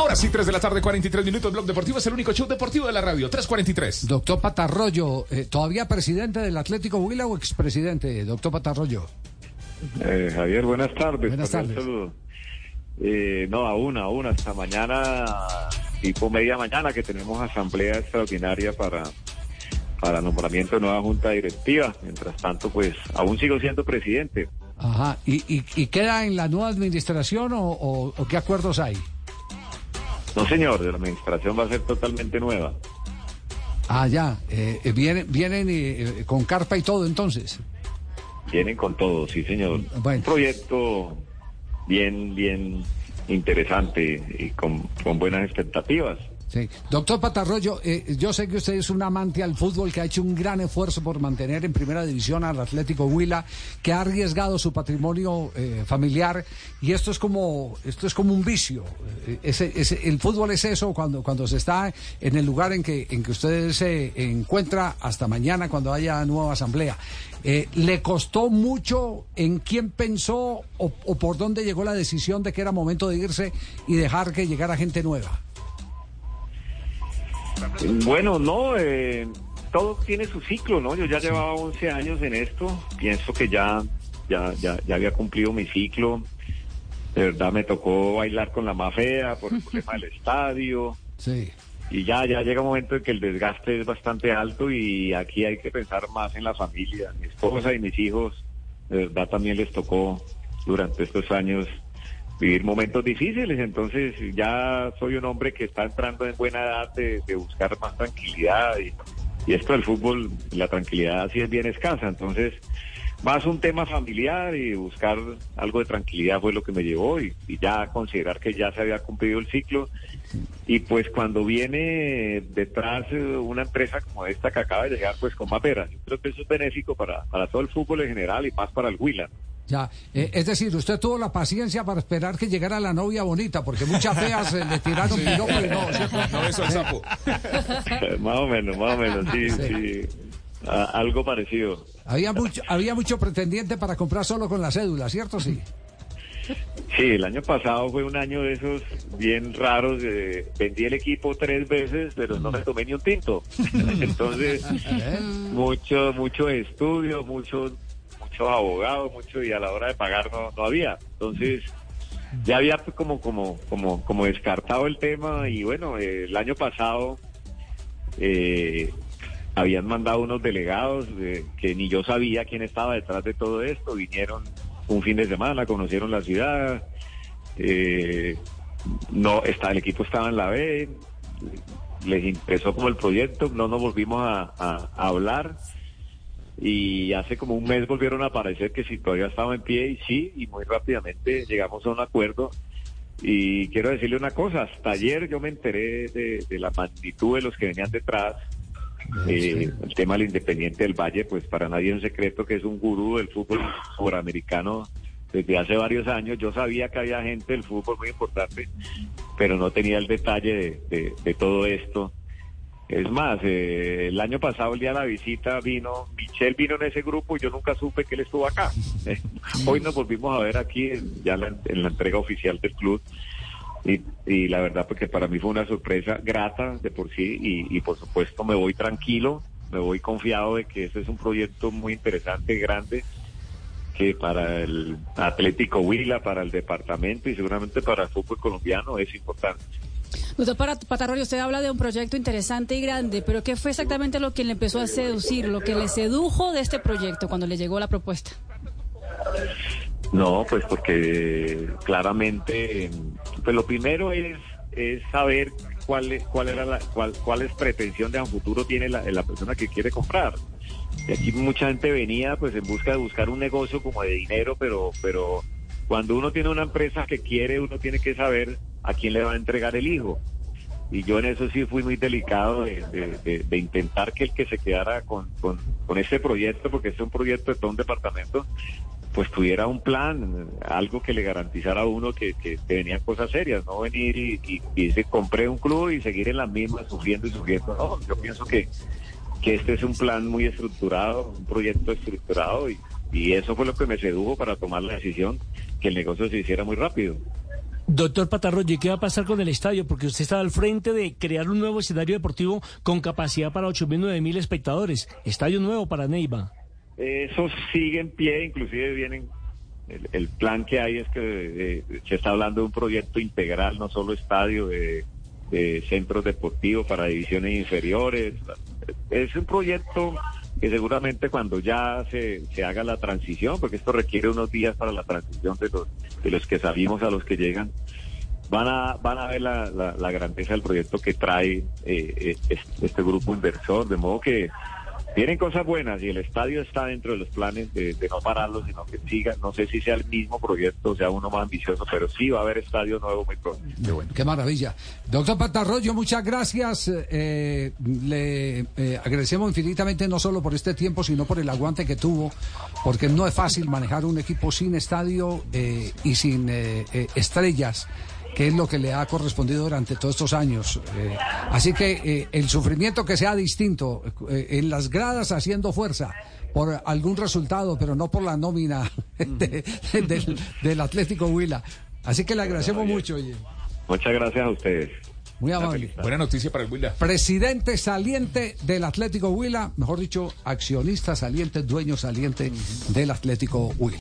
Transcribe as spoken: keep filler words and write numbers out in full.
Ahora sí, tres de la tarde, cuarenta y tres minutos. Blog Deportivo es el único show deportivo de la radio. tres cuarenta y tres. Doctor Patarroyo, eh, ¿todavía presidente del Atlético Huila o expresidente, doctor Patarroyo? Eh, Javier, buenas tardes. Buenas tardes. Saludo. Eh, no, aún, aún, hasta mañana, tipo media mañana, que tenemos asamblea extraordinaria para, para nombramiento de nueva junta directiva. Mientras tanto, pues, aún sigo siendo presidente. Ajá, ¿y, y, y queda en la nueva administración o, o, o qué acuerdos hay? No, señor, la administración va a ser totalmente nueva. Ah, ya, eh, vienen, vienen eh, con carpa y todo, entonces. Vienen con todo, sí, señor. Bueno. Un proyecto bien, bien interesante y con, con buenas expectativas. Sí. Doctor Patarroyo, eh, yo sé que usted es un amante al fútbol, que ha hecho un gran esfuerzo por mantener en primera división al Atlético Huila, que ha arriesgado su patrimonio eh, familiar, y esto es como esto es como un vicio. Eh, ese, ese, el fútbol es eso cuando cuando se está en el lugar en que en que usted se encuentra hasta mañana cuando haya nueva asamblea. Eh, ¿Le costó mucho en quién pensó o, o por dónde llegó la decisión de que era momento de irse y dejar que llegara gente nueva? Bueno, no, eh, todo tiene su ciclo, ¿no? Yo ya llevaba once años en esto, pienso que ya, ya, ya, ya había cumplido mi ciclo. De verdad me tocó bailar con la más fea por el problema del estadio. Sí. Y ya, ya llega un momento en que el desgaste es bastante alto y aquí hay que pensar más en la familia. Mi esposa y mis hijos, de verdad también les tocó durante estos años vivir momentos difíciles, entonces ya soy un hombre que está entrando en buena edad de, de buscar más tranquilidad y, y esto del fútbol, la tranquilidad sí es bien escasa, entonces más un tema familiar y buscar algo de tranquilidad fue lo que me llevó y, y ya considerar que ya se había cumplido el ciclo y pues cuando viene detrás una empresa como esta que acaba de llegar pues con más veras, yo creo que eso es benéfico para, para todo el fútbol en general y más para el Huila. Ya, eh, es decir, usted tuvo la paciencia para esperar que llegara la novia bonita, porque muchas feas eh, le tiraron piropo y no, ¿cierto? No, eso es sapo. Más o menos, más o menos, sí, sí. sí. A, algo parecido. Había mucho, había mucho pretendiente para comprar solo con la cédula, ¿cierto? Sí. Sí, el año pasado fue un año de esos bien raros. Eh, vendí el equipo tres veces, pero no me tomé ni un tinto. Entonces, mucho, mucho estudio, mucho... muchos abogados, mucho y a la hora de pagar no, no había. Entonces ya había como como como como descartado el tema y bueno, eh, el año pasado eh, habían mandado unos delegados eh, que ni yo sabía quién estaba detrás de todo esto, vinieron un fin de semana, conocieron la ciudad, eh, no está, el equipo estaba en la B, les interesó como el proyecto, no nos volvimos a, a, a hablar. Y hace como un mes volvieron a aparecer que si todavía estaba en pie y sí, y muy rápidamente llegamos a un acuerdo. Y quiero decirle una cosa, hasta ayer yo me enteré de, de la magnitud de los que venían detrás. Eh, el tema del Independiente del Valle, pues para nadie es un secreto que es un gurú del fútbol suramericano desde hace varios años. Yo sabía que había gente del fútbol muy importante, pero no tenía el detalle de, de, de todo esto. Es más, eh, el año pasado, el día de la visita, vino, Michel vino en ese grupo y yo nunca supe que él estuvo acá. Eh, hoy nos volvimos a ver aquí, en, ya la, en la entrega oficial del club, y, y la verdad, porque para mí fue una sorpresa grata de por sí, y, y por supuesto me voy tranquilo, me voy confiado de que este es un proyecto muy interesante, grande, que para el Atlético Huila, para el departamento y seguramente para el fútbol colombiano es importante. Doctor Patarroyo, usted habla de un proyecto interesante y grande, pero ¿qué fue exactamente lo que le empezó a seducir, lo que le sedujo de este proyecto cuando le llegó la propuesta? No, pues porque claramente, pues lo primero es, es saber cuál es, cuál era la, cuál, cuál es pretensión de un futuro tiene la, la persona que quiere comprar. Y aquí mucha gente venía pues en busca de buscar un negocio como de dinero, pero, pero cuando uno tiene una empresa que quiere, uno tiene que saber a quién le va a entregar el hijo. Y yo en eso sí fui muy delicado de, de, de, de intentar que el que se quedara con, con, con este proyecto, porque este es un proyecto de todo un departamento, pues tuviera un plan, algo que le garantizara a uno que, que, que venían cosas serias, no venir y, y, y se compré un club y seguir en las mismas sufriendo y sufriendo. No, yo pienso que, que este es un plan muy estructurado, un proyecto estructurado, y, y eso fue lo que me sedujo para tomar la decisión que el negocio se hiciera muy rápido. Doctor Patarroyo, ¿qué va a pasar con el estadio? Porque usted está al frente de crear un nuevo escenario deportivo con capacidad para ocho mil, nueve mil espectadores. Estadio nuevo para Neiva. Eso sigue en pie, inclusive vienen... El, el plan que hay es que eh, se está hablando de un proyecto integral, no solo estadio, de, de centros deportivos para divisiones inferiores. Es un proyecto que seguramente cuando ya se, se haga la transición, porque esto requiere unos días para la transición de los, de los que salimos a los que llegan, van a van a ver la, la, la grandeza del proyecto que trae eh, este, este grupo inversor, de modo que vienen cosas buenas y el estadio está dentro de los planes de, de no pararlo, sino que siga. No sé si sea el mismo proyecto, sea uno más ambicioso, pero sí va a haber estadio nuevo muy pronto. Qué bueno. Qué maravilla. Doctor Patarroyo, muchas gracias. Eh, le eh, agradecemos infinitamente no solo por este tiempo, sino por el aguante que tuvo, porque no es fácil manejar un equipo sin estadio eh, y sin eh, eh, estrellas, que es lo que le ha correspondido durante todos estos años. Eh, así que eh, el sufrimiento que sea distinto, eh, en las gradas haciendo fuerza por algún resultado, pero no por la nómina de, de, del, del Atlético Huila. Así que le agradecemos bueno, mucho. Oye. Muchas gracias a ustedes. Muy amable. Buena noticia para el Huila. Presidente saliente del Atlético Huila, mejor dicho, accionista saliente, dueño saliente del Atlético Huila.